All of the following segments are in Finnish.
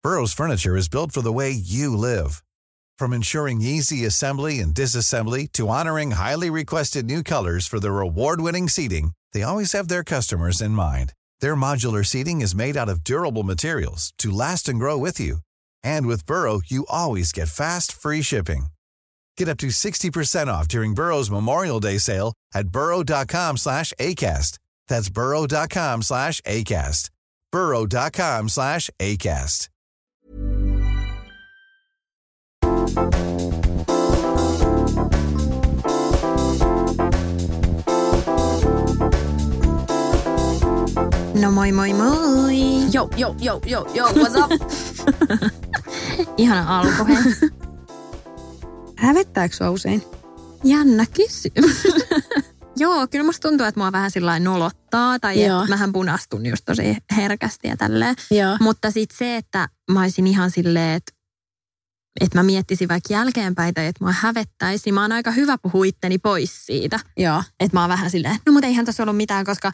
Burrow's furniture is built for the way you live. From ensuring easy assembly and disassembly to honoring highly requested new colors for their award-winning seating, they always have their customers in mind. Their modular seating is made out of durable materials to last and grow with you. And with Burrow, you always get fast, free shipping. Get up to 60% off during Burrow's Memorial Day sale at burrow.com/ACAST. That's burrow.com/ACAST. burrow.com/ACAST. No moi moi moi. Yo, what's up? Ihana alku, hei. Hävettääkö sua usein? Jännä kysymys. Joo, kyllä musta tuntuu, että mua vähän sillain nolottaa tai että mähän punastun just tosi herkästi ja tälleen. Joo. Mutta sitten se, että mä olisin ihan silleen, että mä miettisin vaikka jälkeenpäin tai että mua hävettäisi, niin mä oon aika hyvä puhua itteni pois siitä. Joo. Että mä oon vähän silleen, no mutta eihän tässä ollut mitään, koska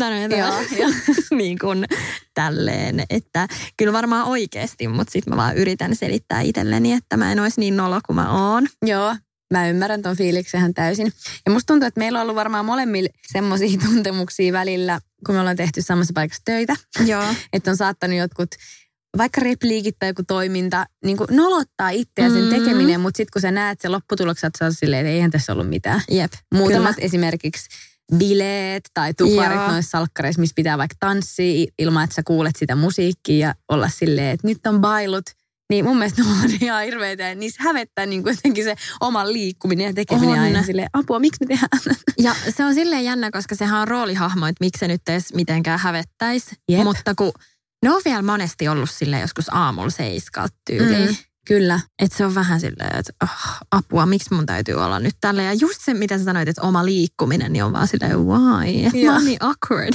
niin kuin tälleen. Että kyllä varmaan oikeasti, mutta sit mä vaan yritän selittää itselleni, että mä en olisi niin nolo kuin mä oon. Joo. Mä ymmärrän ton fiiliksen täysin. Ja musta tuntuu, että meillä on ollut varmaan molemmilla semmoisia tuntemuksia välillä, kun me ollaan tehty samassa paikassa töitä. Joo. Että on saattanut jotkut, vaikka repliikit tai joku toiminta, niin kuin nolottaa itseä sen tekeminen, mutta sitten kun sä näet sen lopputuloksen, sä oot silleen, että eihän tässä ollut mitään. Jep. Muutamat esimerkiksi bileet tai tuparit noissa salkkareissa, missä pitää vaikka tanssia ilman, että sä kuulet sitä musiikkia ja olla silleen, että nyt on bailut. Niin mun mielestä ne on ihan hirveitä ja niissä hävettää niin jotenkin se oma liikkuminen ja tekeminen aina silleen, apua, miksi me tehdään? Ja se on silleen jännä, koska sehän on roolihahmo, että miksi se nyt edes mitenkään hävettäisi. Jep. Mutta kun ne on vielä monesti ollut silleen joskus aamulla 7 tyyliin. Kyllä. Että se on vähän silleen, että apua, miksi mun täytyy olla nyt tällä. Ja just se, mitä sä sanoit, että oma liikkuminen, niin on vaan silleen, why? Mä oon niin awkward.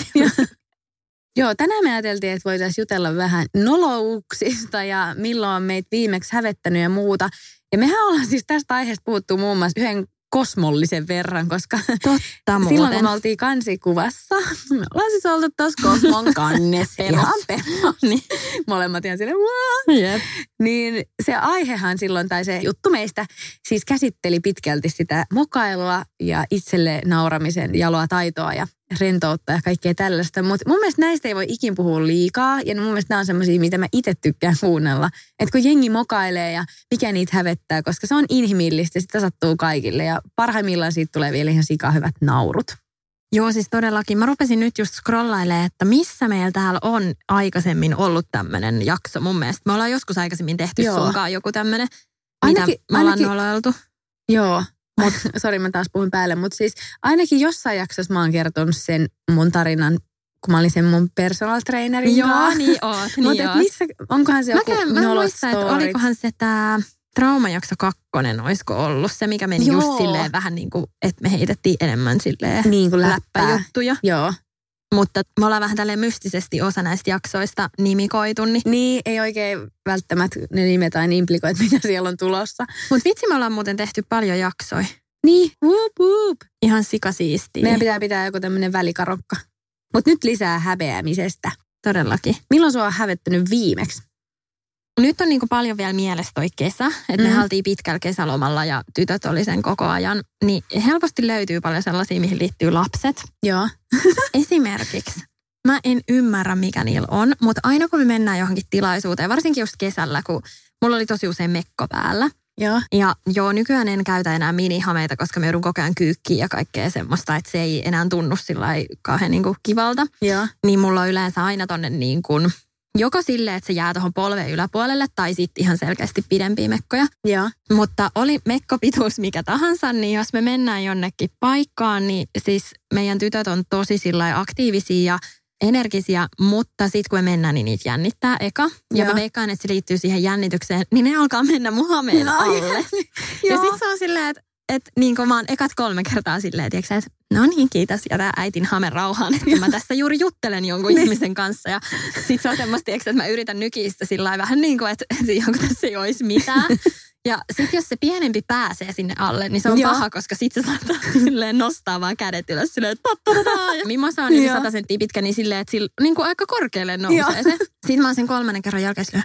Joo, tänään me ajateltiin, että voitaisiin jutella vähän nolouksista ja milloin meitä viimeksi hävettänyt ja muuta. Ja mehän ollaan siis tästä aiheesta puhuttu muun muassa yhden kosmollisen verran, koska silloin kun me oltiin kansikuvassa, me ollaan siis oltu tuossa Kosmon kannessa ihan niin molemmat ihan silleen, yep. Niin se aihehan silloin, tai se juttu meistä siis käsitteli pitkälti sitä mokailua ja itselle nauramisen jaloa taitoa ja rentoutta ja kaikkea tällaista. Mutta mun mielestä näistä ei voi ikin puhua liikaa. Ja mun mielestä nämä on semmoisia, mitä mä itse tykkään kuunnella. Että kun jengi mokailee ja mikä niitä hävettää, koska se on inhimillistä ja sitä sattuu kaikille. Ja parhaimmillaan siitä tulee vielä ihan sika hyvät naurut. Joo, siis todellakin. Mä rupesin nyt just scrollailemaan, että missä meillä täällä on aikaisemmin ollut tämmöinen jakso. Mun mielestä me ollaan joskus aikaisemmin tehty sunkaan joku tämmöinen, mitä me ollaan noloiltu. Joo. Sori, mä taas puhun päälle, mutta siis ainakin jossain jaksossa mä oon kertonut sen mun tarinan, kun mä olin sen mun personal trainerin. Joo, niin oot. Mutta missä, onkohan se joku nolostory? Mä olikohan se tää traumajakso 2, olisiko ollut se, mikä meni just silleen vähän niin kuin, että me heitettiin enemmän silleen niin kuin läppäjuttuja. Joo. Mutta me ollaan vähän tälleen mystisesti osa näistä jaksoista nimikoitu. Niin, ei oikein välttämättä ne nimet aina implikoi, mitä siellä on tulossa. Mutta vitsi, me ollaan muuten tehty paljon jaksoja. Niin, whoop. Ihan sikasiistiä. Meidän pitää joku tämmöinen välikarokka. Mutta nyt lisää häpeämisestä. Todellakin. Milloin sua on hävettänyt viimeksi? Nyt on niin kuin paljon vielä mielessä toi kesä, että me oltiin pitkällä kesälomalla ja tytöt oli sen koko ajan. Niin helposti löytyy paljon sellaisia, mihin liittyy lapset. Joo. Esimerkiksi. Mä en ymmärrä, mikä niillä on, mutta aina kun me mennään johonkin tilaisuuteen, varsinkin just kesällä, kun mulla oli tosi usein mekko päällä. Joo. Ja nykyään en käytä enää minihameita, koska me joudun koko ajan kyykkiä ja kaikkea semmoista, että se ei enää tunnu sillai kauhean niin kuin kivalta. Joo. Niin mulla on yleensä aina tonne niin kuin joko silleen, että se jää tuohon polven yläpuolelle tai sitten ihan selkeästi pidempiä mekkoja. Joo. Mutta oli mekkopituus mikä tahansa, niin jos me mennään jonnekin paikkaan, niin siis meidän tytöt on tosi sillai aktiivisia ja energisiä, mutta sitten kun me mennään, niin niitä jännittää eka. Ja mä veikkaan, että se liittyy siihen jännitykseen, niin ne alkaa mennä mun hameen alle. Ja sitten se on silleen, että niin kuin mä oon ekat 3 kertaa silleen, tiiäksä, että no niin, kiitos, jätä äitin hame rauhaan, että mä tässä juuri juttelen jonkun ihmisen kanssa. Ja sit se on semmoista, tiiäksä, että mä yritän nykistä sillä vähän niin kuin, että tässä ei olisi mitään. Ja sitten jos se pienempi pääsee sinne alle, niin se on paha, koska sitten se saattaa silleen nostaa vaan kädet ylös silleen, että ja Mimosa on yli 100 senttiä pitkä, niin silleen, että sillä niin kuin aika korkealle nousee se. Sitten mä oon sen 3. kerran jälkeen silleen,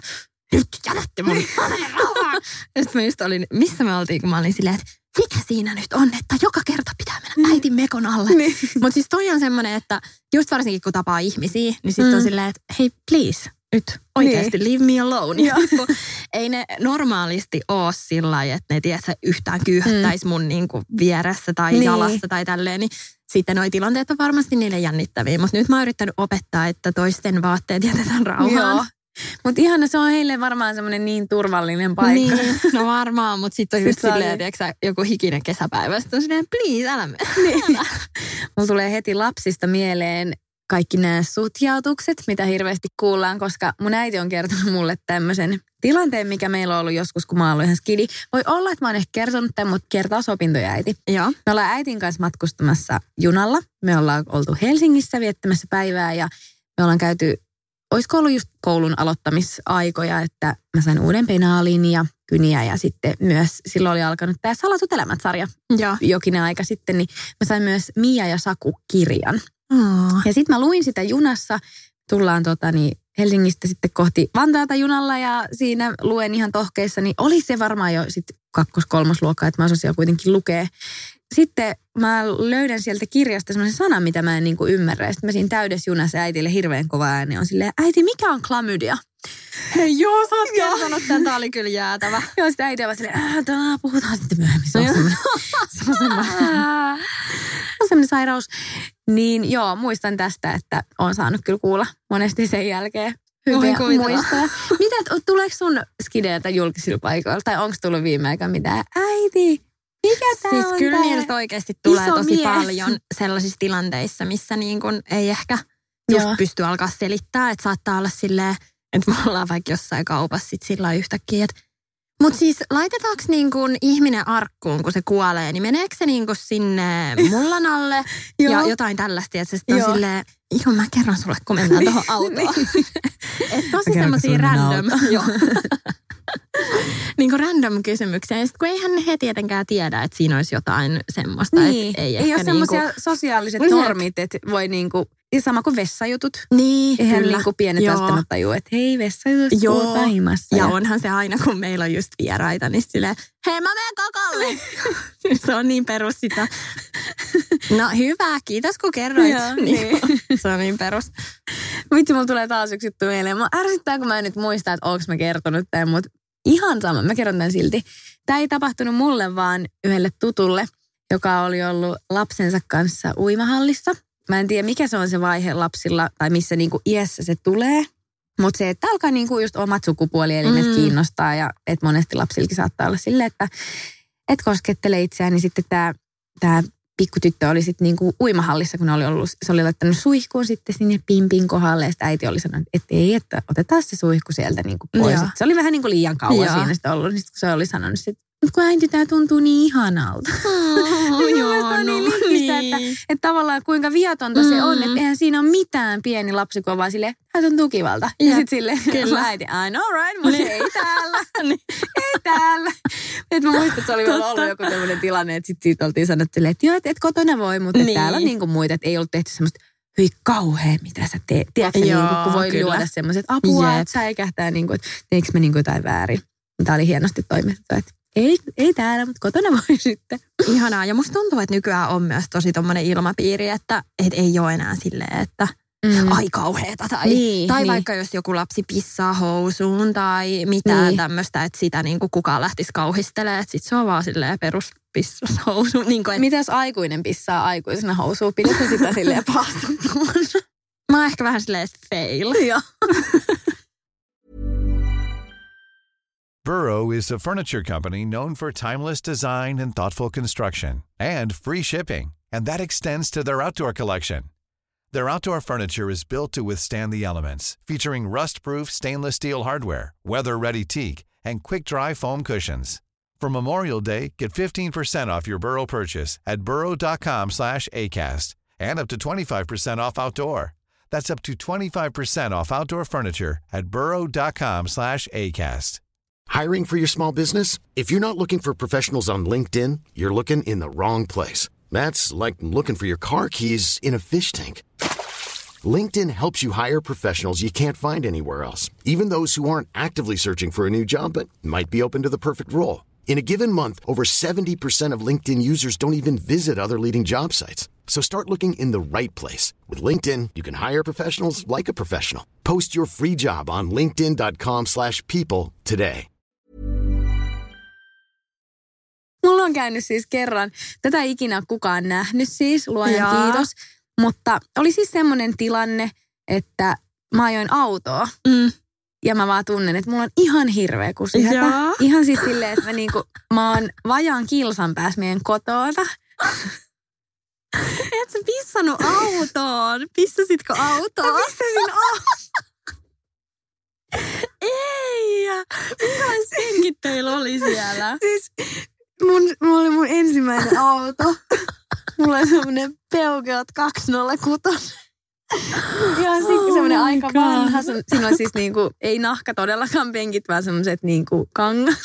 nyt jätätte mun rauhaan. Ja sitten mä just olin, missä me oltiin, kun mä olin silleen, että mikä siinä nyt on, että joka kerta pitää mennä äitin mekon alle. Mutta siis toi on semmoinen, että just varsinkin kun tapaa ihmisiä, niin sitten on silleen, että hei please, nyt oikeasti leave me alone. Ja ei ne normaalisti ole sillä lailla, että ne tiedätkö, yhtään kyyhättäisi mun niinku vieressä tai jalassa tai tälleen, niin sitten noi tilanteet on varmasti niille jännittäviä. Mutta nyt mä oon yrittänyt opettaa, että toisten vaatteet jätetään rauhaan. Mutta ihana, se on heille varmaan semmoinen niin turvallinen paikka. Niin, no varmaan, mutta sitten on just silleen, tiiäksä, joku hikinen kesäpäivä. Sitten on silleen, please, älä mene. Niin. Mulla tulee heti lapsista mieleen kaikki nämä sutjautukset, mitä hirveästi kuullaan, koska mun äiti on kertonut mulle tämmöisen tilanteen, mikä meillä on ollut joskus, kun mä oon ollut ihan skidi. Voi olla, että mä oon ehkä kertonut tämän, mutta kertausopintoja äiti. Joo. Me ollaan äitin kanssa matkustamassa junalla. Me ollaan oltu Helsingissä viettämässä päivää ja me ollaan käyty, olisiko ollut just koulun aloittamisaikoja, että mä sain uuden penaalin ja kyniä ja sitten myös silloin oli alkanut tämä Salatut elämät-sarja jokinen aika sitten, niin mä sain myös Mia ja Saku-kirjan. Ja sitten mä luin sitä junassa, tullaan Helsingistä sitten kohti Vantaata junalla ja siinä luen ihan tohkeissa, niin oli se varmaan jo sitten 2-3 luokkaa, että mä osasin jo kuitenkin lukea. Sitten mä löydän sieltä kirjasta semmoisen sanan, mitä mä en niinku ymmärrä. Sitten mä siinä täydessä junassa äitille hirveän kova ääni on silleen, äiti, mikä on klamydia? Hei, joo, sä oot kertonut tämän, tää oli kyllä jäätävä. Joo, sitten äiti on vaan silleen, puhutaan sitten myöhemmin. Se on semmoinen sairaus. Niin joo, muistan tästä, että on saanut kyllä kuulla monesti sen jälkeen hyviä muistoja. Mitä, tuleeko sun skideiltä julkisilla paikoilla? Tai onko tullut viime aikoina mitään? Äiti, mikä tää siis on kyllä tää? niiltä oikeasti tulee tosi paljon sellaisissa tilanteissa, missä niin kun ei ehkä just pysty alkaa selittää. Että saattaa olla silleen, että me ollaan vaikka jossain kaupassa sit sillä yhtäkkiä, että mutta siis laitetaanko niin kuin ihminen arkkuun, kun se kuolee, niin meneekö se niin kuin sinne mullan alle ja jotain tällaista, että se sitten on silleen, joo mä kerron sulle, kun mennään tuohon autoon. Että tosi semmoisia random, niin kuin random kysymyksiä. Ja sitten kun eihän he tietenkään tiedä, että siinä olisi jotain semmoista, niin. Että ei ole ehkä semmoisia sosiaaliset normit, että voi niinku, sama kuin vessajutut. Niin, eihän niinku pienet välttämättä tajuu, että hei, vessajutut puhutaan himassa. Ja onhan se aina, kun meillä on just vieraita, niin silleen, hei mä menen kakalle. Se on niin perus sitä. No hyvä, kiitos kun kerroit. Joo, niin. Se on niin perus. Vitsi, mulla tulee taas yksi juttu mieleen. Mä ärsyttää, kun mä en nyt muista, että onko mä kertonut tämän, mutta ihan sama, mä kerron tämän silti. Tämä ei tapahtunut mulle, vaan yhdelle tutulle, joka oli ollut lapsensa kanssa uimahallissa. Mä en tiedä, mikä se on se vaihe lapsilla, tai missä niinku iässä se tulee. Mutta se, että alkaa niinku just omat sukupuolielimet kiinnostaa, ja että monesti lapsillakin saattaa olla silleen, että et koskettelee itseään, niin sitten tämä pikkutyttö oli sitten niinku uimahallissa, kun se oli laittanut suihkuun sitten sinne pimpin kohdalle, ja sitten äiti oli sanonut, että ei, että otetaan se suihku sieltä niinku pois. Se oli vähän niinku liian kauan siinä sitten ollut, niin sitten kun se oli sanonut, että kun äiti, tämä tuntuu niin ihanalta. Joo, niin linkistä, että tavallaan kuinka viatonta se on, että eihän siinä ole mitään pieni lapsi, kun on vaan silleen, tämä tuntuu kivalta. Ja sitten silleen, äiti, I know right, mutta ei täällä, ei täällä. Että mä muistan, että se oli vielä ollut joku tämmöinen tilanne, että sitten siitä oltiin sanottu silleen, että joo, että et kotona voi, mutta täällä on niin kuin muita, että ei ollut tehty semmoista, hyi kauhea, mitä sä teet. Tiedätkö, niin kun voi luoda semmoiset apua, että säikähtää, niin kuin, että teekö me niin kuin jotain väärin. Tämä oli hienosti toimittu, että ei täällä, mutta kotona voi sitten. Ihanaa. Ja musta tuntuu, että nykyään on myös tosi tommoinen ilmapiiri, että ei ole enää silleen, että ai kauheeta. Tai vaikka jos joku lapsi pissaa housuun tai mitään tämmöistä, että sitä niinku kukaan lähtisi kauhistelemaan. Että sit se on vaan silleen peruspissas housuun. Niin mitä jos aikuinen pissaa aikuisena housuun? Pidätkö sitä silleen paastuttuun? Mä oon ehkä vähän silleen fail. Joo. Burrow is a furniture company known for timeless design and thoughtful construction, and free shipping, and that extends to their outdoor collection. Their outdoor furniture is built to withstand the elements, featuring rust-proof stainless steel hardware, weather-ready teak, and quick-dry foam cushions. For Memorial Day, get 15% off your Burrow purchase at burrow.com/ACAST, and up to 25% off outdoor. That's up to 25% off outdoor furniture at burrow.com/ACAST. Hiring for your small business? If you're not looking for professionals on LinkedIn, you're looking in the wrong place. That's like looking for your car keys in a fish tank. LinkedIn helps you hire professionals you can't find anywhere else, even those who aren't actively searching for a new job but might be open to the perfect role. In a given month, over 70% of LinkedIn users don't even visit other leading job sites. So start looking in the right place. With LinkedIn, you can hire professionals like a professional. Post your free job on linkedin.com/people today. Mulla on käynyt siis kerran, tätä ei ikinä kukaan nähnyt siis, luojan kiitos. Mutta oli siis semmoinen tilanne, että mä ajoin autoa. Ja mä vaan tunnen, että mulla on ihan hirveä kusihätä. Ihan siis silleen, että mä oon vajaan kilsan päässä meidän kotota. Et sä pissannut autoon? Pissasitkö autoon? Mä pissasin Ei! Minkälaiset penkit teillä oli siellä? Siis mulla oli mun ensimmäinen auto. Mulla oli semmonen Peugeot 206. Ihan semmoinen aika vanha. Siinä on siis ei nahka todellakaan penkit, vaan semmoiset kangas.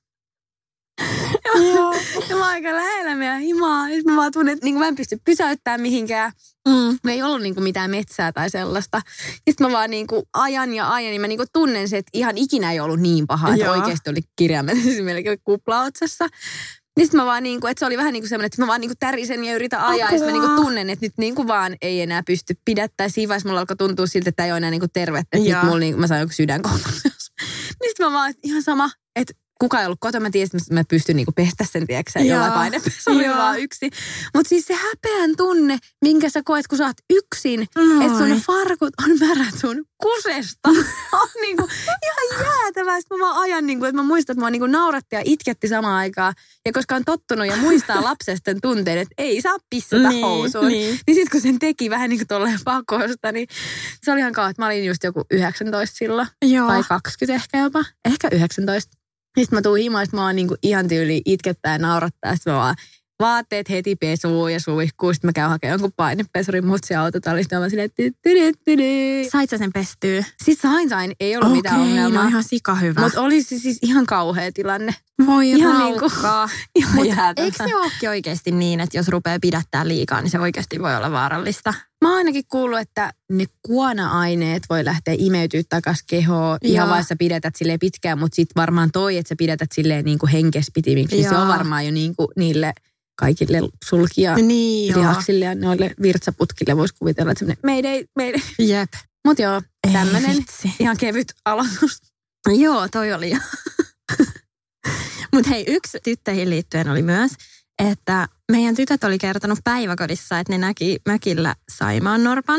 Ja mä oon aika lähellä meidän himaa. Ja mä vaan tunnen, että mä en pysty pysäyttämään mihinkään. Me ei ollut mitään metsää tai sellaista. Sitten mä vaan ajan ja niin mä tunnen se, että ihan ikinä ei ollut niin paha, että oikeasti oli kirjaimellisesti melkein kupla otsassa. Niin sitten mä vaan että se oli vähän semmoinen, että mä vaan tärisen ja yritän ajaa. Ja sitten mä tunnen, että nyt vaan ei enää pysty pidättämään. Siinä vaiheessa mulla alkoi tuntua siltä, että ei ole enää tervettä. Nyt mulla mä sain joku sydänkohtaus. Niin sitten mä vaan, ihan sama, että kukaan ei ollut kotona. Mä tiesin, että mä pystyn pestä sen, tiedätkö jollain painepesulla vaan yksi. Mutta siis se häpeän tunne, minkä sä koet, kun sä oot yksin, että sun farkut on märät sun kusesta. On ihan jäätävää. Sitten mä vaan ajan, että mä muistan, että mä nauratti ja itketti samaan aikaan. Ja koska on tottunut ja muistaa lapsesten tunteen, että ei saa pissata housuun. Niin sit kun sen teki vähän tolleen pakosta, niin se oli ihan kauan. Mä olin just joku 19 silloin. Tai 20 ehkä jopa. Ehkä 19. Sitten mä tuun himaan, että mä oon ihan tyyli itkettää ja naurattaa. Sitten mä vaan vaatteet heti pesuun ja suihkuun. Sitten mä käyn hakemaan jonkun painepesurin mutsi autotallista. Mä silleen Sait sä sen pestyä? Siis sain. Ei ollut mitään ongelmaa. No ihan sika hyvä. Mutta oli se siis ihan kauhea tilanne. Voi ihan raukkaa. Eikö se olekin oikeasti niin, että jos rupeaa pidättää liikaa, niin se oikeasti voi olla vaarallista? Mä oon ainakin kuullut, että ne kuona-aineet voi lähteä imeytyä takaisin kehoon. Ihan vaan sä pidätät silleen pitkään, mutta sit varmaan että sä pidätät silleen henkespitimiksi. Se on varmaan jo niille kaikille sulkia lihaksille ja noille virtsaputkille voisi kuvitella, että semmoinen meidei. Jep. Mut joo, tämmönen ihan kevyt aloitus. Joo, toi oli jo. Mut hei, yksi tyttöihin liittyen oli myös, että meidän tytöt oli kertonut päiväkodissa, että ne näki mökillä saimaannorpan.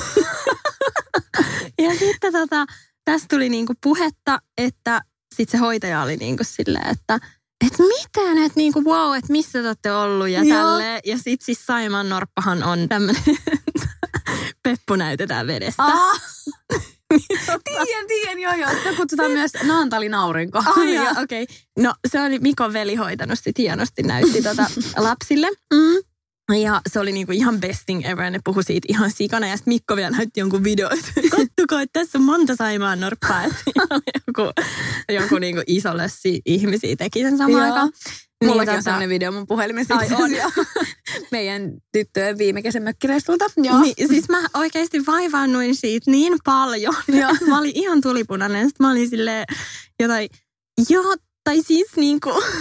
Ja sitten tästä tuli puhetta, että sitten se hoitaja oli silleen, että miten, että wow, että missä te olette ollut ja tälleen. Ja sitten siis saimaannorppahan on tämmöinen, Peppu näytetään vedestä. Tiedän, joo. Sitä kutsutaan myös Naantalin aurinko. Okei. No se oli Mikon veli hoitanut sit hienosti, näytti lapsille. Ja se oli ihan best thing ever. Ne puhui siitä ihan sikana. Ja sitten Mikko vielä näytti jonkun video, että kattokaa, että tässä on monta saimaannorppaa. Joku iso lössi ihmisiä teki sen samaan aikaan. Mullakin on sellainen video mun puhelimessa. Ai on jo. Meidän tyttöjen viime kesän mökkireissulta. Niin, siis mä oikeasti vaivaannuin siitä niin paljon. Mä olin ihan tulipunainen. Sitten mä olin silleen jotain, tai siis ei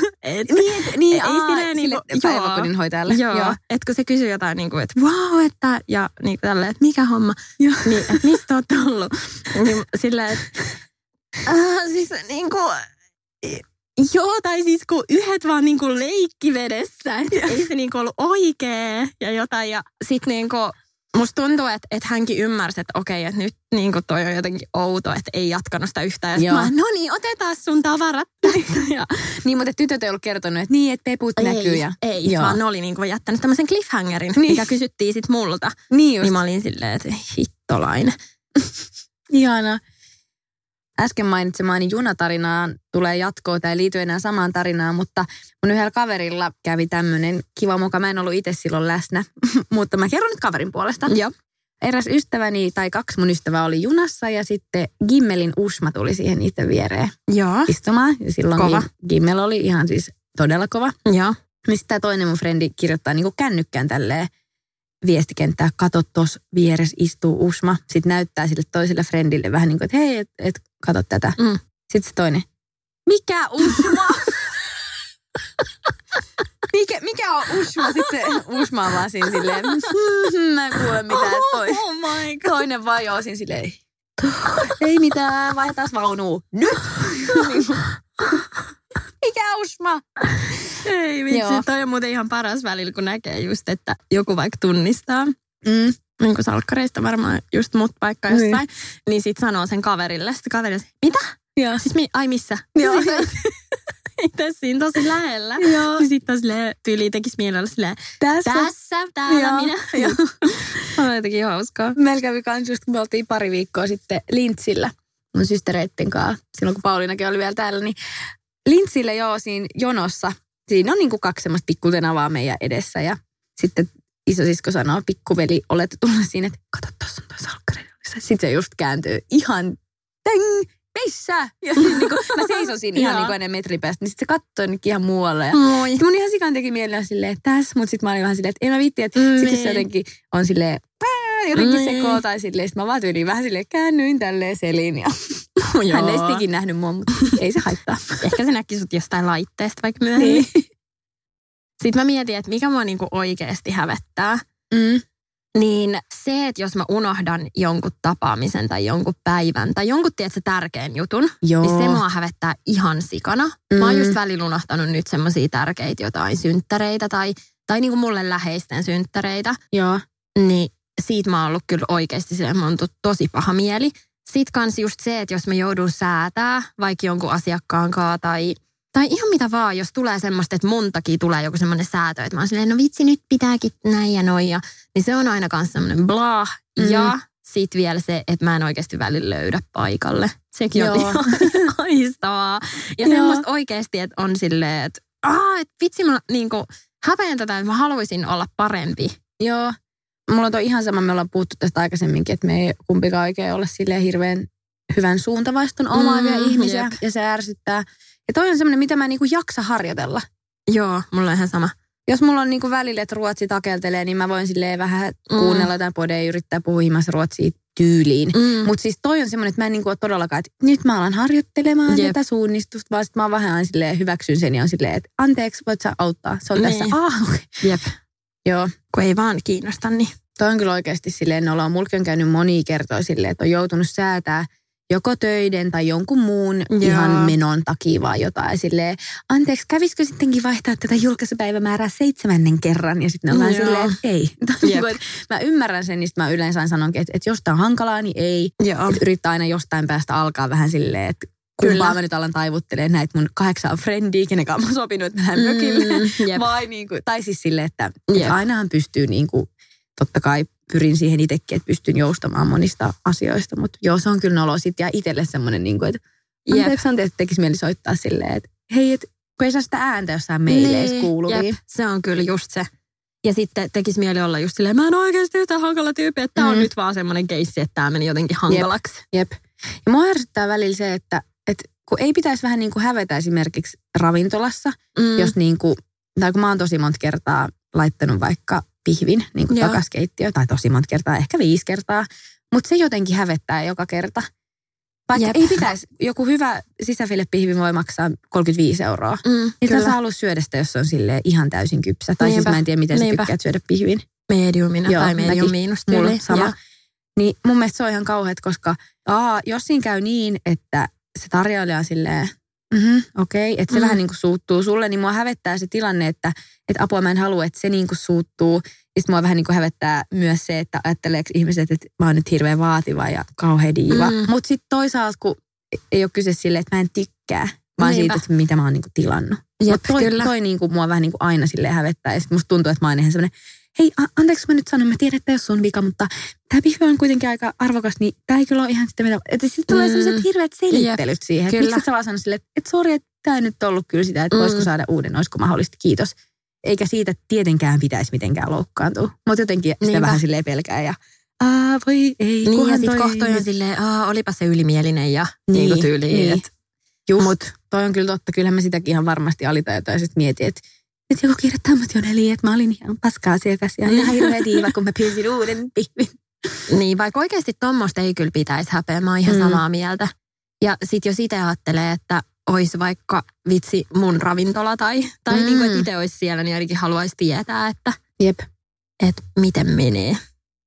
silleen päiväkodin hoitajalle. Joo. Että kun se kysyi jotain että wow, että ja tälleen, että mikä homma. Niin, että mistä oot ollut? Niin silleen, että siis joo, tai siis kun yhdet vaan leikkivedessä, että ei se ollut oikee ja jotain. Ja sit musta tuntuu, että hänkin ymmärsi, että okei, että nyt toi on jotenkin outo, että ei jatkanut sitä yhtään. Ja sit mä, no niin, otetaan sun tavarat. Niin, mutta tytöt ei ollut kertonut, että että peput näkyy. Ei, vaan ne oli jättänyt tämmöisen cliffhangerin, mikä kysyttiin sit multa. Niin mä olin silleen, että hittolainen. Ihana. Äsken mainitsemaani junatarinaan tulee jatkoa. Tämä ei liity enää samaan tarinaan, mutta mun yhdellä kaverilla kävi tämmöinen kiva muka. Mä en ollut itse silloin läsnä, mutta mä kerron nyt kaverin puolesta. Joo. Eräs ystäväni tai 2 mun ystävää oli junassa ja sitten Gimmelin Usma tuli siihen niiden viereen istumaan. Ja silloin Gimmel oli ihan siis todella kova. Joo. Niin sitten tämä toinen mun frendi kirjoittaa kännykkään tälleen viestikenttää, kato tuossa vieressä istuu Usma. Sitten näyttää sille toiselle friendille vähän niin kuin, että hei, et kato tätä. Sitten se toinen, mikä Usma? Mikä on Usma? Sitten se Usma on vaan siinä silleen, mä en kuule mitään. Toinen vajoo siinä silleen, ei mitään, vaihdetaan vaunua. Nyt! Mikä Usma? Ei vitsi, toi on muuten ihan paras välillä, kun näkee just, että joku vaikka tunnistaa. Niin kuin salkkareista varmaan just mut paikka jossain. Niin sit sanoo sen kaverille. Sitten kaveri mitä? Joo. Siis ai missä? Joo. Itse siinä tosi lähellä. Joo. Niin sitten silleen tyyliin tekisi mielellä silleen, tässä, täällä joo. minä. On jotenkin hauskaa. Meillä kävi kans just, kun me oltiin pari viikkoa sitten Lintsillä mun systereitten kanssa. Silloin kun Pauliinakin oli vielä täällä, niin Lintsillä siinä jonossa. Siinä on niinku 2 semmoista pikkutenavaa meidän edessä ja sitten isosisko sanoo, pikkuveli, olette tulleet siinä, että kato, tuossa on toi salkkari. Sitten se just kääntyy ihan, missä? Ja niin kuin, mä seison siinä ihan niin kuin ennen metrin päästä, niin sitten se katsoi nytkin ihan muualle. Ja sitten mun ihan sikaan teki mielellä silleen, että tässä, mutta sitten mä olin vähän silleen, että en mä viitti, että sitten se jotenkin on silleen, jotenkin sekoo tai silleen. Sitten mä vaan tyyliin vähän silleen, käännyin tälleen selin ja hän ei sittenkin nähnyt mua, mutta ei se haittaa. Ehkä se näki sut jostain laitteesta vaikka myöhemmin. Niin. Sitten mä mietin, että mikä mua niinku oikeasti hävettää. Niin se, että jos mä unohdan jonkun tapaamisen tai jonkun päivän tai jonkun, tiedätkö, tärkeän jutun, niin se mua hävettää ihan sikana. Mä oon just välillä unohtanut nyt semmosia tärkeitä jotain synttäreitä tai niinku mulle läheisten synttäreitä. Joo. Niin siitä mä oon ollut kyllä oikeasti silleen, mä oon tosi paha mieli. Sitten kans just se, että jos mä joudun säätää vaikka jonkun asiakkaan kanssa tai ihan mitä vaan, jos tulee semmoista, että mun takia tulee joku semmoinen säätö, että mä oon silleen, no vitsi, nyt pitääkin näin ja noin. Ja, niin se on aina kans semmoinen blah. Ja sit vielä se, että mä en oikeasti välillä löydä paikalle. Sekin on ihan aistavaa. Ja semmoista oikeasti, että on silleen, että vitsi mä niinku häpeän tätä, että mä haluaisin olla parempi. Joo. Mulla on toi ihan sama, me ollaan puhuttu tästä aikaisemminkin, että me ei kumpikaan oikein ole silleen hirveän hyvän suuntavaiston omaavia ihmisiä. Jep. Ja se ärsyttää. Ja toi on semmoinen, mitä mä niinku jaksa harjoitella. Joo, mulla on ihan sama. Jos mulla on niinku välillä, että ruotsi takeltelee, niin mä voin silleen vähän kuunnella jotain podeja ja yrittää puhua himassa ruotsia tyyliin. Mutta siis toi on semmoinen, että mä en niinku ole todellakaan, että nyt mä alan harjoittelemaan tätä suunnistusta, vaan sit mä vähän silleen hyväksyn sen ja on silleen, että anteeksi, voit sä auttaa? Se on tässä. Okay. Jep. Joo. Kun ei vaan kiinnosta, niin. Toi on kyllä oikeasti silleen, mulki on käynyt monia kertoja silleen, että on joutunut säätää joko töiden tai jonkun muun ihan menon takia vaan jotain. Silleen, anteeksi, kävisikö sittenkin vaihtaa tätä julkaisupäivämäärää 7. kerran? Ja sitten on vaan silleen, että ei. Mä ymmärrän sen, niin sitten mä yleensä sanonkin, että jos tää on hankalaa, niin ei. Että yrittää aina jostain päästä alkaa vähän silleen, että kumpaa mä nyt alan taivuttelemaan näitä mun 8 frendiä, kenen kanssa mä sopinut, että mennään mökille. Vai niinku, tai siis silleen, että ainahan pystyy niinku, totta kai pyrin siihen itsekin, että pystyn joustamaan monista asioista, mutta se on kyllä nolo sit ja itselle semmoinen, niinku, että anteeksi, tekisi mieli soittaa silleen, että hei, et, kun ei saa sitä ääntä jossain meileissä kuuluviin. Se on kyllä just se. Ja sitten tekisi mieli olla just silleen, mä en oikeasti yhtään hankala tyyppi, että tää on nyt vaan semmoinen keissi, että tää meni jotenkin hankalaksi. Jep. Ja mua ärsyttää välillä se, että kun ei pitäisi vähän niin kuin hävetä esimerkiksi ravintolassa, jos niin kuin, tai kun mä oon tosi monta kertaa laittanut vaikka pihvin niin kuin takaskeittiö, tai tosi monta kertaa, ehkä 5 kertaa, mutta se jotenkin hävettää joka kerta. Vaikka ei pitäisi, joku hyvä sisäfilepihvi voi maksaa 35 €. Niin sä halua syödä sitä, jos se on silleen ihan täysin kypsä. Tai siis mä en tiedä, miten sä tykkäät syödä pihvin. Mediumina tai medium miinus tyyli. Mulla sama. Niin mun mielestä se on ihan kauheat, koska jos siinä käy niin, että se tarjoilija on silleen, okei, että se vähän niin kuin suuttuu sulle, niin mua hävettää se tilanne, että apua mä en halua, että se niin kuin suuttuu. Ja sitten mua vähän niin kuin hävettää myös se, että ajatteleeko ihmiset, että mä oon nyt hirveän vaativa ja kauhean diiva. Mutta sitten toisaalta, kun ei ole kyse silleen, että mä en tykkää, vaan siitä, että mitä mä oon niin kuin tilannut. Mutta toi niin kuin mua vähän niin kuin aina silleen hävettää. Ja sitten musta tuntuu, että mä oon ihan semmoinen, hei, anteeksi mä nyt sanon, mä tiedän, että ei ole sun vika, mutta tämä pihvi on kuitenkin aika arvokas, niin tämä ei kyllä ole ihan sitä, mitä. Että sitten tulee sellaiset hirveät selittelyt siihen. Että miksi sä vaan sanoo silleen, että sori, että tämä ei nyt ollut kyllä sitä, että voisiko saada uuden, olisiko mahdollisesti, kiitos. Eikä siitä tietenkään pitäisi mitenkään loukkaantua. Mutta jotenkin sitä vähän silleen pelkää ja voi ei. Niin ja sitten kohtoja silleen, olipa se ylimielinen ja niin tyyliin. Niin. Mutta toi on kyllä totta. Kyllähän mä sitäkin ihan varmasti alitajutaan ja sitten mietin, että nyt joku kirjoittaa mut Joneliin, että mä olin ihan paska-asiakas ja ihan hirveä diiva, kun mä pyysin uuden pihvin. Niin, vaikka oikeasti tommoista ei kyllä pitäisi häpeä, mä oon ihan samaa mieltä. Ja sit jos itse ajattelee, että olisi vaikka vitsi mun ravintola tai niin kuin, että itse olisi siellä, niin ainakin haluaisi tietää, että miten menee.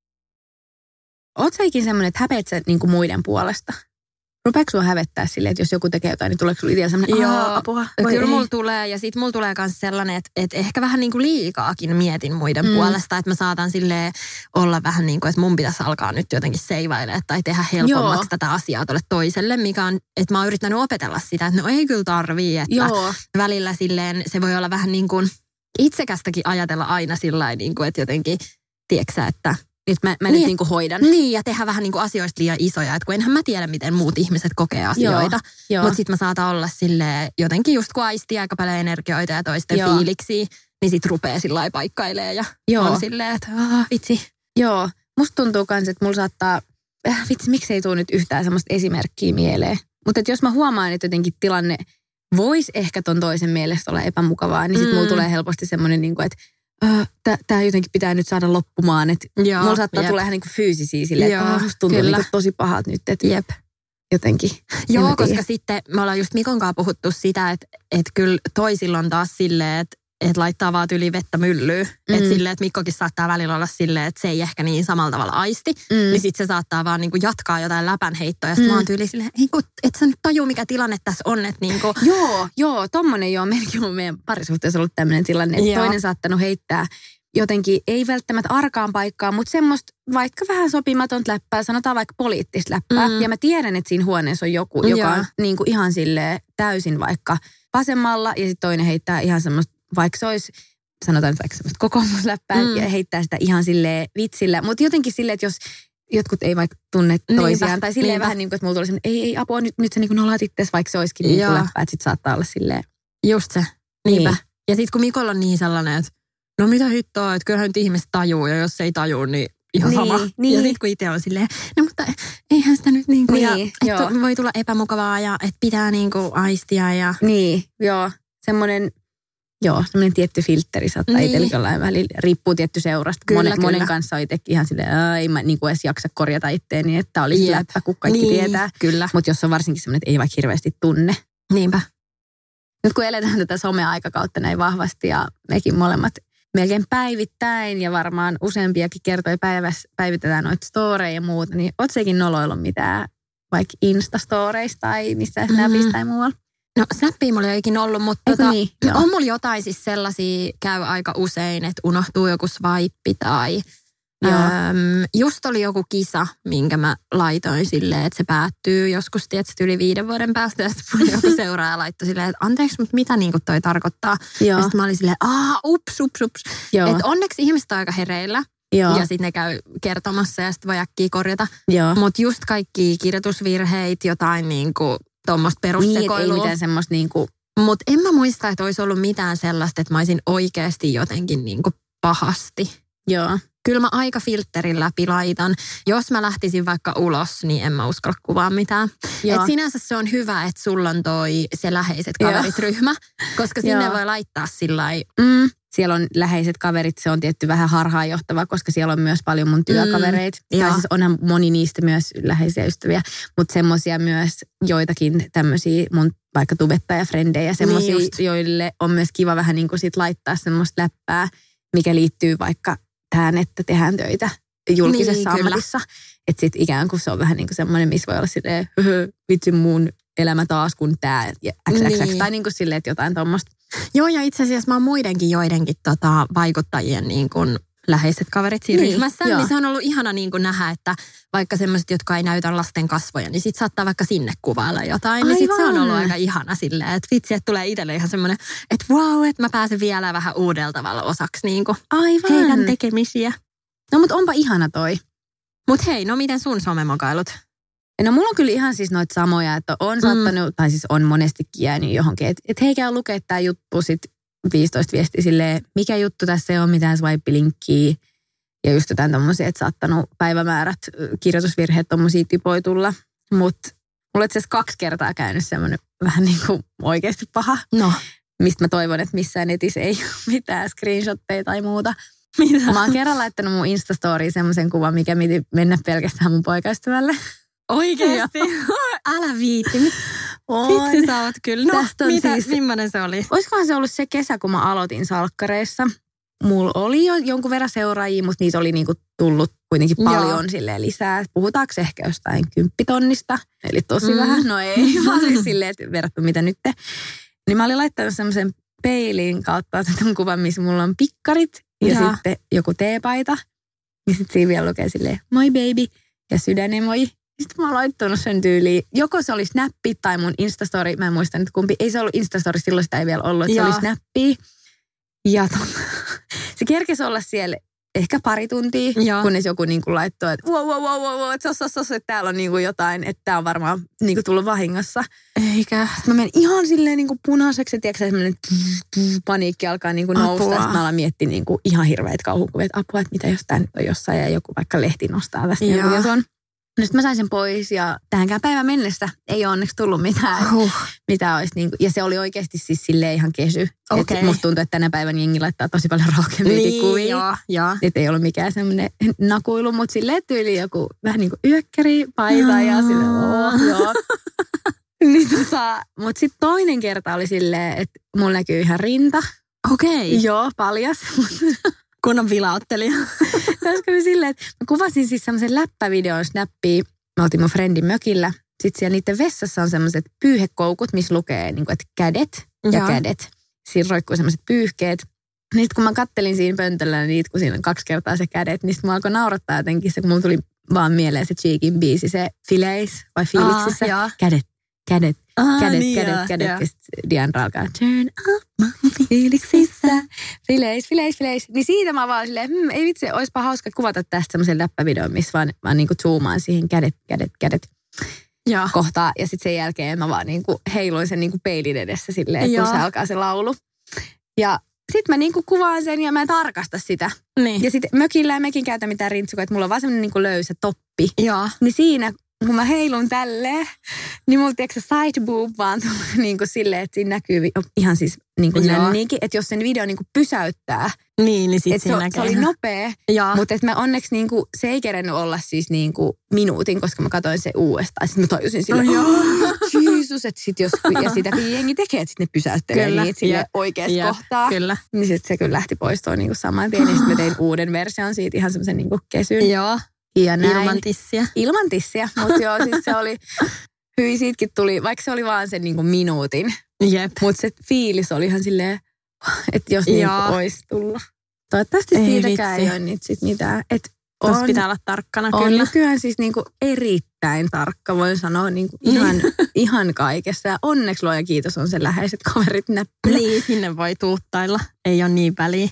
Oot sä ikin semmoinen, että häpeät sä niin kuin muiden puolesta? Rupeeko sua hävettää silleen, että jos joku tekee jotain, niin tuleeko sulla itse semmoinen, apua? Kyllä mulla tulee, ja sitten mulla tulee myös sellainen, että ehkä vähän niin kuin liikaakin mietin muiden puolesta, että mä saatan silleen olla vähän niin kuin, että mun pitäisi alkaa nyt jotenkin seivailemaan tai tehdä helpommaksi tätä asiaa tuolle toiselle, mikä on, että mä oon yrittänyt opetella sitä, että no ei kyllä tarvii, että välillä silleen se voi olla vähän niin kuin itsekästäkin ajatella aina sillä niin kuin, että jotenkin, tiedätkö että mä nyt niin kuin hoidan. Niin, ja tehdä vähän niin kuin asioista liian isoja, että kun enhän mä tiedä, miten muut ihmiset kokee asioita. Mutta sitten mä saatan olla silleen, jotenkin just kun aistii aika paljon energioita ja toisten fiiliksiä, niin sit rupeaa sillä lailla paikkailemaan ja on silleen, että vitsi. Joo, musta tuntuu kans, että mulla saattaa, vitsi, miksi ei tule nyt yhtään semmoista esimerkkiä mieleen. Mutta jos mä huomaan, että jotenkin tilanne voisi ehkä ton toisen mielestä olla epämukavaa, niin sit mulla tulee helposti semmoinen, niin kuin, että tämä jotenkin pitää nyt saada loppumaan. Että mulla saattaa tulla ihan niin kuin fyysisiä silleen, että musta tuntuu niin kuin tosi pahat nyt, että jotenkin. Joo, koska sitten me ollaan just Mikon kanssa puhuttu sitä, että kyllä toisilla on taas silleen, että laittaa vaan yli vettä myllyyn. Että silleen, että Mikkokin saattaa välillä olla silleen, että se ei ehkä niin samalla tavalla aisti. Niin sitten se saattaa vaan niinku jatkaa jotain läpänheittoa. Ja sitten mä oon tyyli silleen, että sä nyt tajuu mikä tilanne tässä on. Että niinku. Joo, tommonen melkein on meidän parisuhteessa ollut tämmöinen tilanne. Että toinen saattanut heittää jotenkin, ei välttämättä arkaan paikkaan, mutta semmoista vaikka vähän sopimatonta läppää, sanotaan vaikka poliittista läppää. Ja mä tiedän, että siinä huoneessa on joku, joka on niinku ihan silleen täysin vaikka vasemmalla. Ja sitten toinen heittää ihan semmoista, vaikka se olisi, sanotaan nyt vaikka semmoista kokoomusläppää, ja heittää sitä ihan silleen vitsillä. Mutta jotenkin silleen, että jos jotkut ei vaikka tunne toisiaan, tai silleen vähän niin kuin, että mulla tulee semmoinen, ei apua, nyt sä niin kuin nolaat itseasi, vaikka se olisikin niin kuin läppää, että sit saattaa olla silleen. Just se, niinpä. Niin. Ja sit kun Mikolla on niin sellainen, että no mitä hittoa, että kyllähän nyt ihmiset tajuu, ja jos ei tajuu, niin ihan sama. Niin. Ja sit kun itse on silleen, no mutta eihän sitä nyt niin kuin, että voi tulla epämukavaa, ja että pitää niin kuin aistia, ja. Niin, semmoinen tietty filtteri saattaa itsellä jollain välillä. Riippuu tietty seurasta. Monen kanssa on itsekin ihan silleen, ei mä niin kuin edes jaksa korjata itteeni, että olisi läppä, kun kaikki tietää. Mutta jos on varsinkin semmoinen, että ei vaikka hirveästi tunne. Niinpä. Nyt kun eletään tätä some-aikakautta näin vahvasti ja mekin molemmat melkein päivittäin ja varmaan useampiakin kertoja päivässä päivitetään noita storeja ja muuta, niin oot sekin noloillut mitään vaikka Insta-storeista tai missä Snapissa tai muualla? No Snappia mulla ei ole ikinä ollut, mutta on mulla jotain siis sellaisia, käy aika usein, että unohtuu joku swipe tai just oli joku kisa, minkä mä laitoin silleen, että se päättyy joskus tietysti yli 5 vuoden päästä ja sitten joku seuraaja laittoi silleen, että anteeksi, mutta mitä niin kuin toi tarkoittaa? Ja sitten mä olin silleen, ups. Että onneksi ihmiset on aika hereillä. Ja sitten ne käy kertomassa ja sitten voi äkkiä korjata. Mutta just kaikki kirjoitusvirheitä, jotain niinku tuommoista perussekoilua. Niin, ei mitään semmoista niinku. Mutta en mä muista, että olisi ollut mitään sellaista, että mä olisin oikeasti jotenkin niinku pahasti. Joo. Kyllä mä aika filterin läpi laitan. Jos mä lähtisin vaikka ulos, niin en mä uskalla kuvaa mitään. Et sinänsä se on hyvä, että sulla on se läheiset kaverit-ryhmä, koska sinne voi laittaa sillai. Siellä on läheiset kaverit, se on tietty vähän harhaanjohtava, koska siellä on myös paljon mun työkavereita. Tai siis onhan moni niistä myös läheisiä ystäviä, mutta semmoisia myös joitakin tämmöisiä mun vaikka tubettajafrendejä, semmoisia, joille on myös kiva vähän niin kuin sit laittaa semmoista läppää, mikä liittyy vaikka tähän, että tehdään töitä julkisessa ammatissa. Että sit ikään kuin se on vähän niin kuin semmoinen, missä voi olla silleen, vitsi mun elämä taas kun tää ja XXX. Tai niin kuin silleen, että jotain tuommoista. Joo, ja itse asiassa mä oon muidenkin joidenkin vaikuttajien niin kuin läheiset kaverit siinä ryhmässä. Niin se on ollut ihana niin kuin nähdä, että vaikka semmoiset, jotka ei näytä lasten kasvoja, niin sit saattaa vaikka sinne kuvailla jotain. Aivan. Niin sit se on ollut aika ihana silleen, että vitsi, että tulee itselle ihan semmoinen, että vau, että mä pääsen vielä vähän uudella tavalla osaksi niin kuin heidän tekemisiä. No mutta onpa ihana toi. Mut hei, no miten sun somemokailut? No mulla on kyllä ihan siis noita samoja, että on saattanut, tai siis on monestikin jäänyt johonkin, että hei käy lukea tää juttu sit 15 viestiä silleen, mikä juttu tässä ei ole, mitään swipe-linkkiä. Ja just jotain tommosia, että saattanut päivämäärät, kirjoitusvirheet, tommosia typoja tulla. Mutta mulla on itse asiassa 2 kertaa käynyt semmoinen vähän niin kuin oikeasti paha. No. mistä mä toivon, että missään netissä ei ole mitään screenshotteja tai muuta. Mitä? Mä oon kerran laittanut mun Instastoriin semmoisen kuvan, mikä piti mennä pelkästään mun poikaystävälle. Oikeesti? Älä viitti. Vitsi sä oot kyllä. No, millainen se oli? Olisikohan se ollut se kesä, kun mä aloitin salkkareissa. Mulla oli jo jonkun verran seuraajia, mutta niitä oli niinku tullut kuitenkin paljon silleen lisää. Puhutaanko ehkä jostain 10 000, eli tosi vähän. No ei, vaan siis silleen, että verrattu mitä nyt. Niin mä olin laittanut semmoisen peilin kautta tämän kuvan, missä mulla on pikkarit ja sitten joku teepaita. Ja sitten siinä vielä lukee silleen, moi baby ja sydänemoi. Sitten mä oon laittanut sen tyyliin. Joko se oli Snappi tai mun Instastory. Mä en muista nyt kumpi. Ei se ollut Instastory, silloin sitä ei vielä ollut. Että se oli Snappi. Ja se kerkesi olla siellä ehkä pari tuntia, kunnes joku niinku laittoi, että wow, että täällä on niinku jotain, että tää on varmaan niinku tullut vahingossa. Eikä. Sitten mä menen ihan silleen niinku punaiseksi, ja tiedätkö, semmoinen paniikki alkaa niinku nousta. Sitten mä alan miettiä niinku ihan hirveitä kauhukuvia, että apua, että mitä jos tää nyt on jossain ja joku vaikka lehti nostaa tästä. No sitten mä sain sen pois ja tähänkään päivän mennessä ei ole onneksi tullut mitään. Mitä olisi niinku, ja se oli oikeasti siis silleen ihan kesy. Okay. Musta tuntuu, että tänä päivän jengi laittaa tosi paljon raukeampiakin kuvia. Että ei ollut mikään semmoinen nakuilu, mutta silleen tyyli joku vähän niin kuin yökkäri, paita ja silleen joo. Niin mutta sitten toinen kerta oli silleen, että mulla näkyy ihan rinta. Okei. Joo, paljas. Kunnon vilauttelija. Koska me silleen, että mä kuvasin siis semmoisen läppävideon Snappia. Mä oltiin mun friendin mökillä. Sitten siellä niiden vessassa on semmoiset pyyhekoukut, missä lukee, niin kuin, että kädet ja kädet. Siinä roikkuu semmoiset pyyhkeet. Niin kun mä kattelin siinä pöntöllä niitä, kun siinä on 2 kertaa se kädet, niin sitten mä alkoi naurattaa jotenkin se, kun mulla tuli vaan mieleen se Cheekin biisi, se Fileis vai Fiiliksissä. Kädet. Kädet. Ja Diandra alkaa turn up my fiiliksissä. Fileis. Niin siitä mä vaan silleen, ei vitsi, oispa hauska kuvata tästä semmoisen läppävideon, missä vaan niinku zoomaan siihen kädet kohtaa. Ja sitten sen jälkeen mä vaan niinku heiluin sen niinku peilin edessä silleen, kun se alkaa se laulu. Ja sitten mä niinku kuvaan sen ja mä en tarkasta sitä. Niin. Ja sitten mökillä en mekin käytä mitään rintsukoa, että mulla on vaan semmoinen niinku löysä toppi. Joo. Niin siinä, kun mä heilun tälleen, niin mulla tiedätkö side boob vaan niinku silleen, että siinä näkyy ihan siis niinku nänniinkin. Että jos sen video niinku pysäyttää. Niin sit siinä näkee. Se oli nopea, mutta että mä onneksi niinku, se ei kerennyt olla siis niinku minuutin, koska mä katsoin se uudestaan. Sitten mä tajusin silleen, Jeesus, että sit jos, ja sitä jengi tekee, että sit ne pysäyttelee niitä sille oikeassa kohtaa. Kyllä. Niin sitten se kyllä lähti poistoon niinku saman tien. Ja sitten mä tein uuden version siitä ihan semmoisen niinku kesyn. Joo. Ja näin. Ilman tissiä. Mutta joo, siis se oli, hyi siitäkin tuli, vaikka se oli vaan sen niinku minuutin. Jep. Mutta se fiilis oli ihan silleen, että jos niinku olisi tullut. Toivottavasti siitäkään ei ole nyt sit mitään. Tuossa pitää olla tarkkana on kyllä. On nykyään siis niinku erittäin tarkka, voin sanoa niinku ihan kaikessa. Ja onneksi luoja kiitos on se läheiset kaverit näppylä. Niin, sinne voi tuuttailla. Ei ole niin väliä.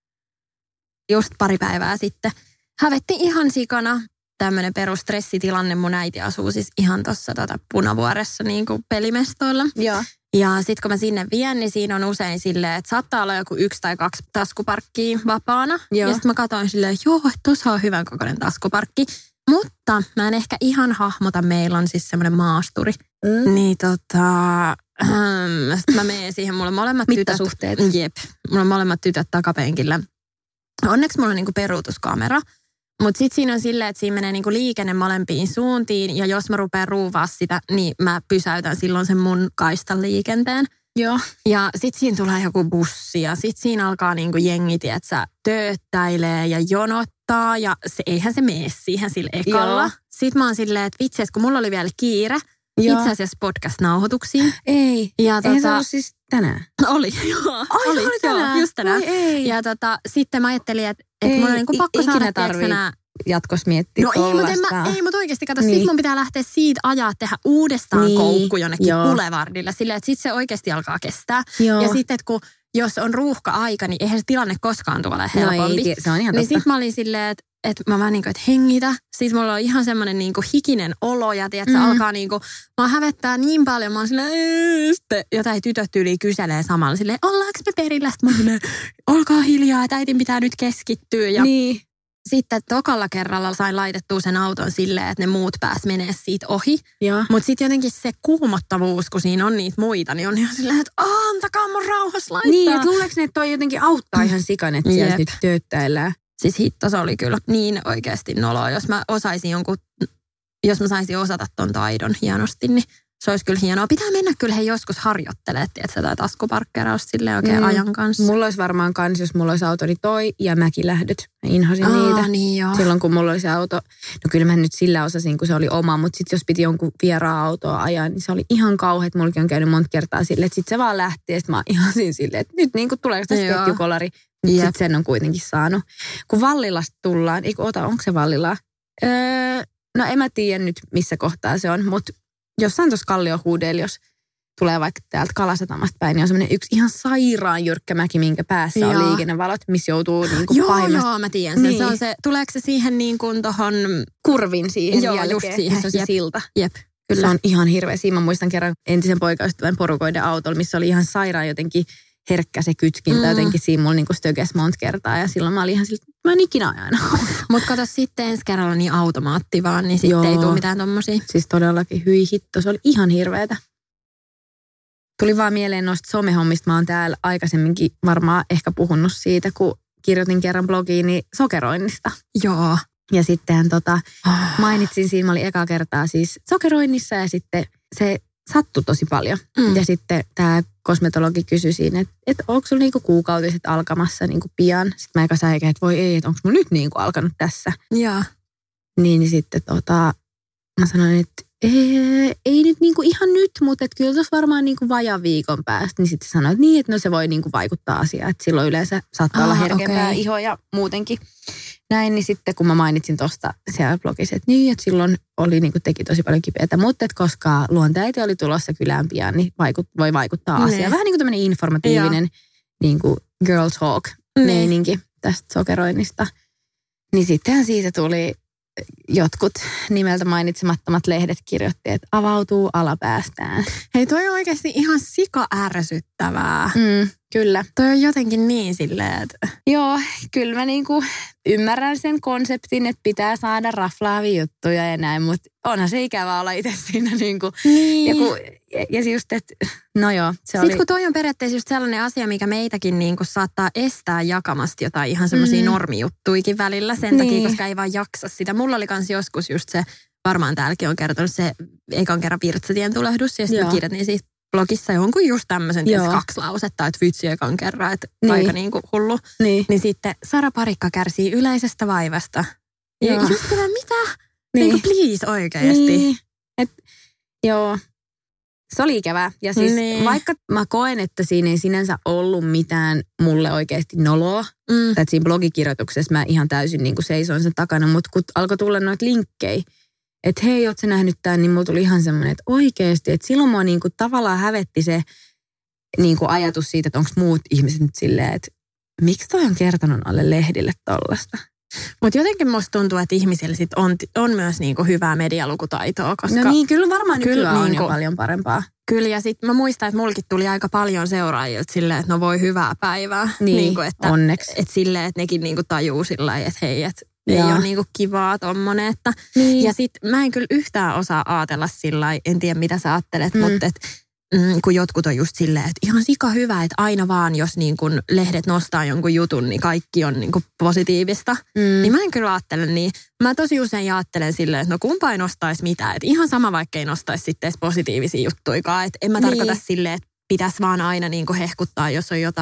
Just pari päivää sitten hävetti ihan sikana. Tämmöinen perusstressitilanne. Mun äiti asuu siis ihan tuossa Punavuoressa niin kuin pelimestoilla. Joo. Ja sitten kun mä sinne vien, niin siinä on usein silleen, että saattaa olla joku 1 tai 2 taskuparkkia vapaana. Joo. Ja sitten mä katsoin silleen, että tuossa on hyvän kokoinen taskuparkki. Mutta mä en ehkä ihan hahmota, meillä on siis semmoinen maasturi. Niin sitten mä menen siihen, mulla on molemmat mittasuhteet. Jep, mulla on molemmat tytöt takapenkillä. Onneksi mulla on niinku peruutuskamera. Mutta sitten siinä on silleen, että siinä menee niinku liikenne molempiin suuntiin. Ja jos mä rupean ruuvaa sitä, niin mä pysäytän silloin sen mun kaistan liikenteen. Joo. Ja sitten siinä tulee joku bussi ja sitten siinä alkaa niinku jengi, tietsä, tööttäilee ja jonottaa. Ja eihän se mene siihen sillä ekalla. Joo. Sitten mä oon silleen, että vitsi, että kun mulla oli vielä kiire, itse asiassa podcast-nauhoituksiin. Ei, ja eihän se ollut siis tänään. Oli, joo. Oli tänään. Joo, just tänään. Ei. Ja sitten mä ajattelin, että mulla on niinku pakko saada teksänä. Jatkossa miettiä mutta oikeasti kato, sit mun pitää lähteä siitä ajaa tehdä uudestaan koukku jonnekin Boulevardille. Silleen, että sit se oikeasti alkaa kestää. Joo. Ja sitten, että jos on ruuhka-aika, niin eihän se tilanne koskaan tule helpompi. Ei, se on ihan niin sit mä olin silleen, että mä vaan niinku, että hengitä. Siis mulla on ihan semmoinen niinku hikinen olo ja tiedät, se alkaa niinku, mä hävettää niin paljon. Mä oon silleen, jotain tytöt yli kyselee samalla silleen, ollaanko me perillä? Sitten mä oon silleen, olkaa hiljaa, että äitin pitää nyt keskittyä. Ja niin. Sitten tokalla kerralla sain laitettua sen auton silleen, että ne muut pääs menee siitä ohi. Mutta sitten jotenkin se kuumottavuus, kun siinä on niitä muita, niin on ihan silleen, että antakaa mun rauhassa laittaa. Niin, että luuleeko ne, että toi jotenkin auttaa ihan sikan, että siellä nyt tööttäillään? Siis hitto, se oli kyllä niin oikeasti noloa. Jos mä saisin osata ton taidon hienosti, niin se olisi kyllä hienoa. Pitää mennä kyllä joskus harjoittelemaan, että tai taskuparkkeeraus silleen oikein ajan kanssa. Mulla olisi varmaan kans, jos mulla olisi auto, niin toi ja mäkilähdöt. Mä inhosin niitä. Niin joo. Silloin kun mulla oli se auto, no kyllä mä nyt sillä osasin, kun se oli oma, mutta sitten jos piti jonkun vieraa autoa ajaa, niin se oli ihan kauhea, että mullakin on käynyt monta kertaa silleen, että sitten se vaan lähti ja sitten mä ihasin silleen, että nyt niin kuin tuleeko tässä ketjukolari, mutta sitten sen on kuitenkin saanut. Kun Vallilasta tullaan, onko se Vallila? No en mä tiedä nyt missä kohtaa se on, mutta jossain tuossa Kalliohuudella, jos tulee vaikka täältä Kalasatamasta päin, niin on semmoinen yksi ihan sairaan jyrkkä mäki, minkä päässä on liikennevalot, missä joutuu niinku pahimmasta. Joo, mä tiedän sen. Niin. Tuleeko se siihen niin kuin tohon kurvin siihen jälkeen, just siihen. missä on se silta. Jep. Kyllä. Se on ihan hirveä. Siinä mä muistan kerran entisen poikaystävän porukoiden autolla, missä oli ihan sairaan jotenkin herkkä se kytkintä. Jotenkin siinä mulla niinku stökes monta kertaa ja silloin mä olin ihan siltä, mä en ikinä aina. Mutta kato sitten ensi kerralla niin automaatti vaan, niin sitten ei tule mitään tommosia. Siis todellakin, hyi hitto, se oli ihan hirveetä. Tuli vaan mieleen noista somehommista. Mä oon täällä aikaisemminkin varmaan ehkä puhunut siitä, kun kirjoitin kerran blogiini sokeroinnista. Joo. Ja sittenhän mainitsin siinä, mä olin ekaa kertaa siis sokeroinnissa ja sitten se sattui tosi paljon. Ja sitten tämä kosmetologi kysyi siinä, että onko sulla niinku kuukautiset alkamassa niinku pian. Sitten mä eka säikä, että voi ei, että onko mulla nyt niinku alkanut tässä. Joo. Niin sitten mä sanoin, että ei nyt niinku ihan nyt, mutta et kyllä tuossa varmaan niinku vajaan viikon päästä. Niin sitten sanoin, että niin, että no se voi niinku vaikuttaa asiaan. Että silloin yleensä saattaa olla herkempää iho ja muutenkin. Näin, niin sitten kun mä mainitsin tuosta siellä blogissa, että niin, että silloin oli niinku teki tosi paljon kipeätä. Mutta että koska luonteäiti oli tulossa kylään pian, niin voi vaikuttaa asiaan. Vähän niin kuin tämmöinen informatiivinen niinku girl talk meininki tästä sokeroinnista. Niin sittenhän siitä tuli jotkut nimeltä mainitsemattomat lehdet kirjoitti, että avautuu alapäästään. Hei, toi on oikeasti ihan sika ärsyttävää. Kyllä. Toi on jotenkin niin silleen, että... Joo, kyllä mä niinku ymmärrän sen konseptin, että pitää saada raflaavia juttuja ja näin, mutta onhan se ikävä olla itse siinä niinku... Niin. Ja just, että no joo, se sitten kun toi on periaatteessa just sellainen asia, mikä meitäkin niinku saattaa estää jakamasta jotain ihan semmoisia normijuttuikin välillä sen takia, koska ei vaan jaksa sitä. Mulla oli kans joskus just se, varmaan täälläkin on kertonut se ekan kerran virtsatien tulehdus ja sitten kirjoitin siis blogissa jonkun just tämmöisen 2 lausetta, että vitsi ekan kerran, että aika niinku hullu. Niin sitten Sara Parikka kärsii yleisestä vaivasta. Ja just kyllä, mitä? Niinku please oikeasti. Niin. Joo. Se oli ikävää. Ja siis vaikka mä koen, että siinä ei sinänsä ollut mitään mulle oikeasti noloa. Tai siinä blogikirjoituksessa mä ihan täysin niin kuin seisoin sen takana. Mutta kun alkoi tulla noita linkkejä, että hei, oot sä nähnyt tämän, niin mulla tuli ihan semmoinen, että oikeasti. Että silloin mua niin kuin tavallaan hävetti se niin kuin ajatus siitä, että onko muut ihmiset nyt silleen, että miksi toi on kertonut alle lehdille tollasta. Mutta jotenkin musta tuntuu, että ihmisillä sit on myös niinku hyvää medialukutaitoa, koska... No niin, kyllä varmaan nykyään on jo paljon parempaa. Kyllä, ja sitten mä muistan, että mulkin tuli aika paljon seuraajilta silleen, että no voi hyvää päivää. Niin, että, onneksi. Että silleen, että nekin niinku tajuu sillä lailla, että hei, että ei ole niinku kivaa tommonen. Että, ja sitten mä en kyllä yhtään osaa ajatella sillä lailla, en tiedä mitä sä ajattelet, mutta että kun jotkut on just silleen, että ihan sika hyvä, että aina vaan jos niin kun lehdet nostaa jonkun jutun, niin kaikki on niin kun positiivista. Niin mä en kyllä ajattele niin. Mä tosi usein ajattelen silleen, että no kumpa ei nostaisi mitään. Että ihan sama, vaikka ei nostaisi sitten edes positiivisia juttuikaan. Että en mä tarkoita silleen, että pitäisi vaan aina niin kun hehkuttaa, jos on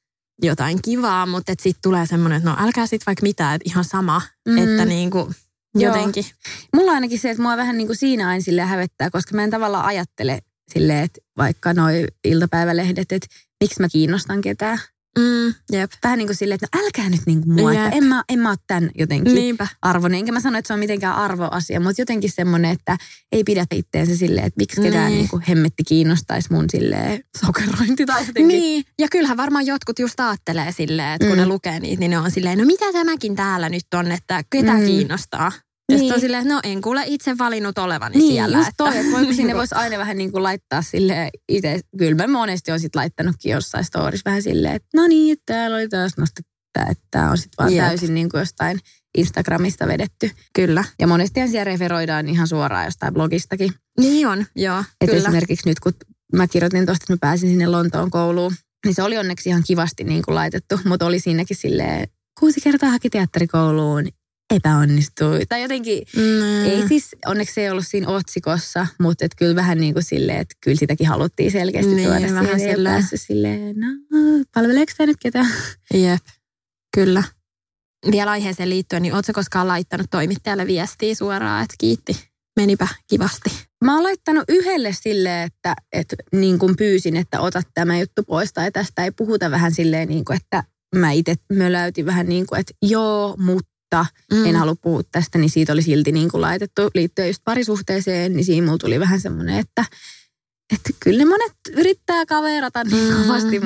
jotain kivaa. Mutta että sitten tulee semmoinen, että no älkää sitten vaikka mitään, että ihan sama. Että niin kuin jotenkin. Mulla on ainakin se, että mua vähän niin kuin siinä aina silleen hävettää, koska mä en tavallaan ajattele silleen, että vaikka noi iltapäivälehdet, että miksi mä kiinnostan ketään. Jep. Vähän niin kuin silleen, että no älkää nyt niin kuin mua, että en mä ole tämän jotenkin arvoinen. Enkä mä sano, että se on mitenkään arvoasia, mutta jotenkin semmoinen, että ei pidä itteensä silleen, että miksi ketään niin kuin hemmetti kiinnostaisi mun silleen sokerointi tai jotenkin. Niin, ja kyllähän varmaan jotkut just ajattelee silleen, että kun ne lukee niitä, niin ne on silleen, no mitä tämäkin täällä nyt on, että ketä kiinnostaa. Ja sitten on silleen, että no en kuule itse valinnut olevani siellä. Niin, just toi, että voiko sinne voisi aina vähän niin kuin laittaa silleen itse. Kyllä mä monesti olen sitten laittanutkin jossain storissa vähän silleen, että no niin, että täällä oli taas nostettu, että tämä on sitten vaan täysin niin kuin jostain Instagramista vedetty. Kyllä. Ja monestihan siellä referoidaan ihan suoraan jostain blogistakin. Niin on, joo. Että esimerkiksi nyt kun mä kirjoitin tuosta, että mä pääsin sinne Lontoon kouluun. Niin se oli onneksi ihan kivasti niin kuin laitettu, mutta oli siinäkin silleen 6 kertaa haki teatterikouluun, epäonnistui. Tai jotenkin, ei siis, onneksi ei ollut siinä otsikossa, mutta et kyllä vähän niin kuin silleen, että kyllä sitäkin haluttiin selkeästi niin, tuoda vähän silleen, no, palveleeko tämä nyt ketään? Jep, kyllä. Vielä aiheeseen liittyen, niin ootko koskaan laittanut toimittajalle viestiä suoraan, että kiitti, menipä kivasti? Mä oon laittanut yhdelle silleen, että niin kuin pyysin, että otat tämä juttu pois tai tästä ei puhuta vähän silleen, niin kuin, että mä itse möläytin vähän niin kuin, että joo, mutta en halua puhua tästä, niin siitä oli silti niin kuin laitettu liittyen just parisuhteeseen, niin siinä mulla tuli vähän semmoinen, että kyllä ne monet yrittää kaverata niin kovasti,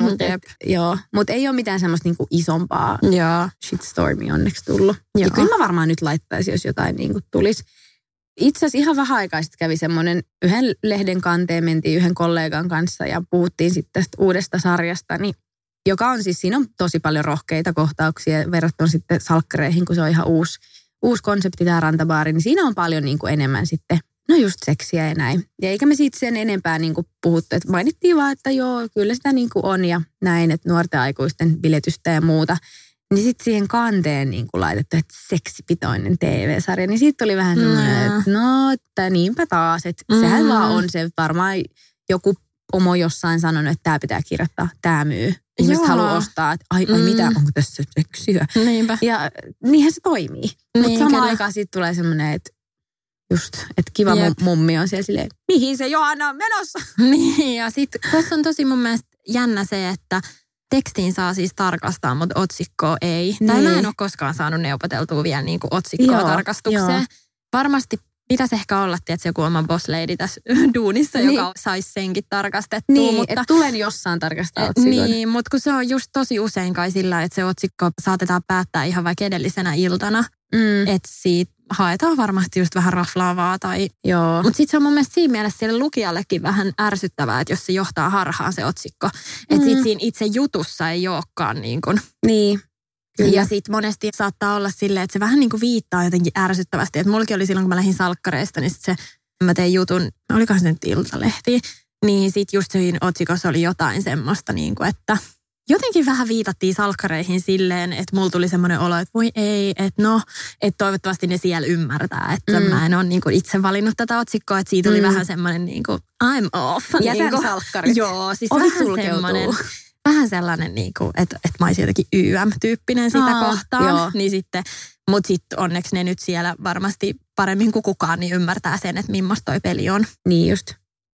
mutta ei ole mitään semmoista niin kuin isompaa shitstormia onneksi tullut. Ja kyllä mä varmaan nyt laittaisin, jos jotain niin kuin tulisi. Itse asiassa ihan vähän aikaa sitten kävi semmoinen yhden lehden kanteen, mentiin yhden kollegan kanssa ja puhuttiin sitten tästä uudesta sarjasta, niin, joka on siis, siinä on tosi paljon rohkeita kohtauksia verrattuna sitten salkkareihin, kun se on ihan uusi konsepti tämä rantabaari, niin siinä on paljon niin kuin enemmän sitten, no just seksiä ja näin. Ja eikä me siitä sen enempää niin kuin puhuttu, että mainittiin vaan, että joo, kyllä sitä niin kuin on ja näin, että nuorten aikuisten biletystä ja muuta. Niin sitten siihen kanteen niin kuin laitettu, että seksipitoinen TV-sarja, niin siitä tuli vähän semmoinen, että no, että niinpä taas, että sehän vaan on se, varmaan joku pomo jossain sanonut, että tämä pitää kirjoittaa, tämä myy. Ihmiset haluaa ostaa, että ai mitä, onko tässä seksiä? Niinpä. Ja niinhän se toimii. Niin, mutta samaan aikaan siitä tulee semmoinen, että just, että kiva mummi on siellä silleen, mihin se Johanna on menossa? Niin, ja sitten tässä on tosi mun mielestä jännä se, että tekstiin saa siis tarkastaa, mutta otsikkoa ei. Tai mä en ole koskaan saanut neuvoteltua vielä niin kuin otsikkoa tarkastukseen. Varmasti pitäisi ehkä olla, että joku oma boss lady tässä duunissa, joka saisi senkin tarkastettua. Niin, mutta että tulen jossain tarkastaa otsikon. Niin, mutta kun se on just tosi usein kai sillä, että se otsikko saatetaan päättää ihan vaikka edellisenä iltana. Että siitä haetaan varmasti just vähän raflaavaa. Mutta sitten se on mun mielestä siinä mielessä sille lukijallekin vähän ärsyttävää, että jos se johtaa harhaan se otsikko. Että sitten siinä itse jutussa ei olekaan niin kuin. Niin. Kyllä. Ja sitten monesti saattaa olla silleen, että se vähän niin kuin viittaa jotenkin ärsyttävästi. Että mullakin oli silloin, kun mä lähdin salkkareista, niin sitten mä tein jutun, olikohan se nyt Iltalehti, niin sitten just siinä otsikossa oli jotain semmoista niin kuin, että jotenkin vähän viitattiin salkkareihin silleen, että mulla tuli semmoinen olo, että voi ei, että no, että toivottavasti ne siellä ymmärtää, että mä en ole niin kuin itse valinnut tätä otsikkoa, että siitä tuli vähän semmoinen niin kuin I'm off. Jätän niin salkkarit. Joo, siis vähän semmoinen. Vähän sellainen, niin kuin, että mä olisin jotenkin YM-tyyppinen sitä kohtaan. Joo. Niin sitten, mutta sitten onneksi ne nyt siellä varmasti paremmin kuin kukaan niin ymmärtää sen, että millaista toi peli on. Niin just.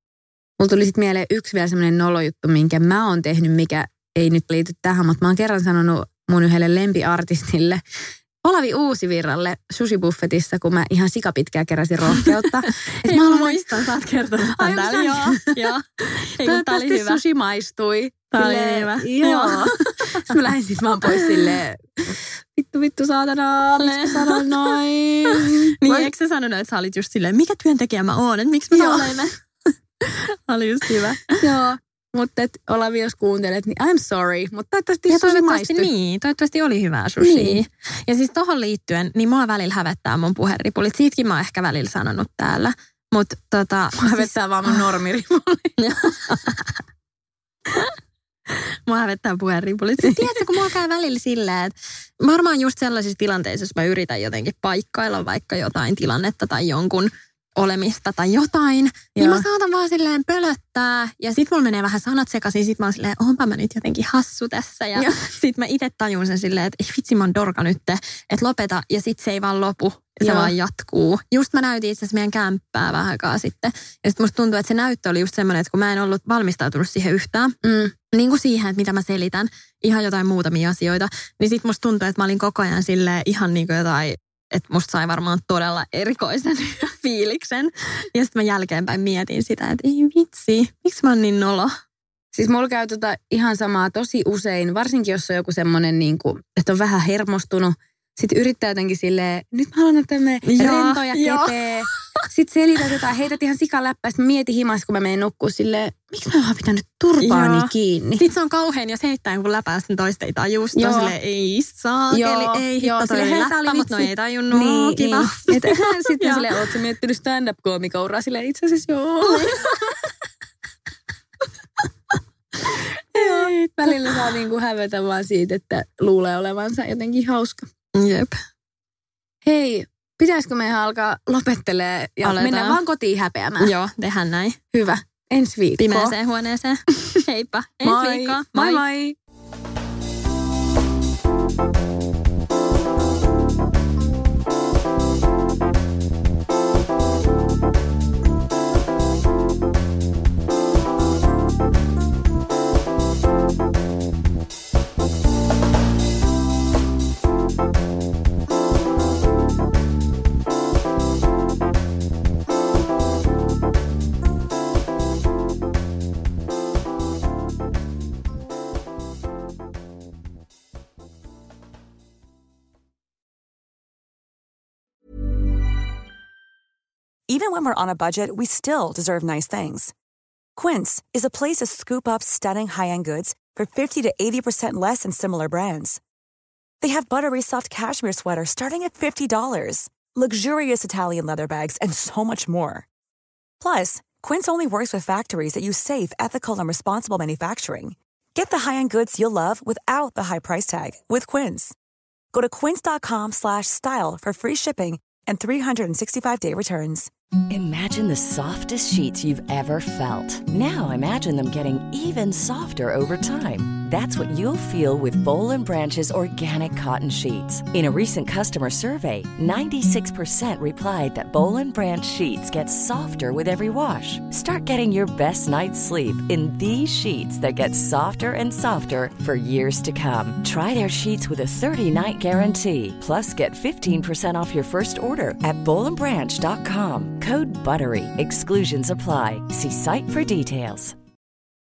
Mulla tuli sitten mieleen yksi vielä semmoinen nolojuttu, minkä mä oon tehnyt, mikä ei nyt liity tähän, mutta mä oon kerran sanonut mun yhdelle lempiartistille, Olavi Uusivirralle sushi-buffetissa, kun mä ihan sikapitkään keräsin rohkeutta. Hei, mä muistan, sä oot kertonut tämän täällä. Joo. Toivottavasti sushi maistui. Tää oli hyvä. Joo. Sitten mä lähdin vaan pois silleen, vittu saatana, miksi mä sanon noin? Niin, eikö sä sanonut, että sä olit just silleen, mikä työntekijä mä oon, että miksi mä olemme? Oli just hyvä. Joo. Mutta Olavi, jos kuuntelet, niin I'm sorry. Mutta toivottavasti sushi maistui. Niin, toivottavasti oli hyvää sushia. Niin. Ja siis tohon liittyen, niin mua välillä hävettää mun puheripulit. Siitäkin mä oon ehkä välillä sanonut täällä. Mutta mua hävettää vaan mun normiripulit. Mua hävettää puheripulit. Siis tiedätkö, kun mua käy välillä silleen, että varmaan just sellaisissa tilanteissa, jos mä yritän jotenkin paikkailla vaikka jotain tilannetta tai jonkun olemista tai jotain, niin mä saatan vaan silleen pölöttää ja sit mulla menee vähän sanat sekaisin, sit mä oon silleen, onpa mä nyt jotenkin hassu tässä ja sit mä itse tajun sen silleen, että ei vitsi mä oon dorka nyt, että lopeta ja sit se ei vaan lopu, se vaan jatkuu. Just mä näytin itse asiassa meidän kämppää vähän aikaa sitten ja sit musta tuntuu, että se näyttö oli just semmoinen, että kun mä en ollut valmistautunut siihen yhtään, niin kuin siihen, että mitä mä selitän, ihan jotain muutamia asioita, niin sit musta tuntuu, että mä olin koko ajan silleen ihan niin kuin jotain, että musta sai varmaan todella erikoisen fiiliksen. Ja sitten mä jälkeenpäin mietin sitä, että ei vitsi, miksi mä oon niin nolo? Siis mulla käy ihan samaa tosi usein, varsinkin jos on joku semmoinen, niin kuin, että on vähän hermostunut. Sitten yrittää jotenkin silleen, nyt mä haluan olla tämmöinen rento ja ketee. Sitten selität jotain, heität ihan sikaläppää. Sitten mä mietin himassa, kun mä menen nukkuu silleen, miksi mä oon pitänyt turpaani kiinni. Sitten se on kauhean, jos heittää jonkun läpää, sitten toista ei tajuu. Sitten on silleen, ei saakeli, ei hitto, toi oli läppä, mutta no ei tajunnut, niin, kiva. Niin. Sitten silleen, ootko sä miettinyt stand-up-koomikouraa? Silleen itse asiassa joo. Välillä saa niinku hävetä vaan siitä, että luulee olevansa jotenkin hauska. Jep. Hei, pitäisikö meidän alkaa lopettelee ja mennä vaan kotiin häpeämään? Joo, tehdään näin. Hyvä. Ensi viikkoa. Pimeäseen huoneeseen. Heippa. Ensi viikkoa. Moi moi. Even when we're on a budget, we still deserve nice things. Quince is a place to scoop up stunning high-end goods for 50 to 80% less than similar brands. They have buttery soft cashmere sweaters starting at $50, luxurious Italian leather bags, and so much more. Plus, Quince only works with factories that use safe, ethical, and responsible manufacturing. Get the high-end goods you'll love without the high price tag with Quince. Go to quince.com/style for free shipping and 365-day returns. Imagine the softest sheets you've ever felt. Now imagine them getting even softer over time. That's what you'll feel with Boll & Branch's organic cotton sheets. In a recent customer survey, 96% replied that Boll & Branch sheets get softer with every wash. Start getting your best night's sleep in these sheets that get softer and softer for years to come. Try their sheets with a 30-night guarantee. Plus, get 15% off your first order at bollandbranch.com. Code BUTTERY. Exclusions apply. See site for details.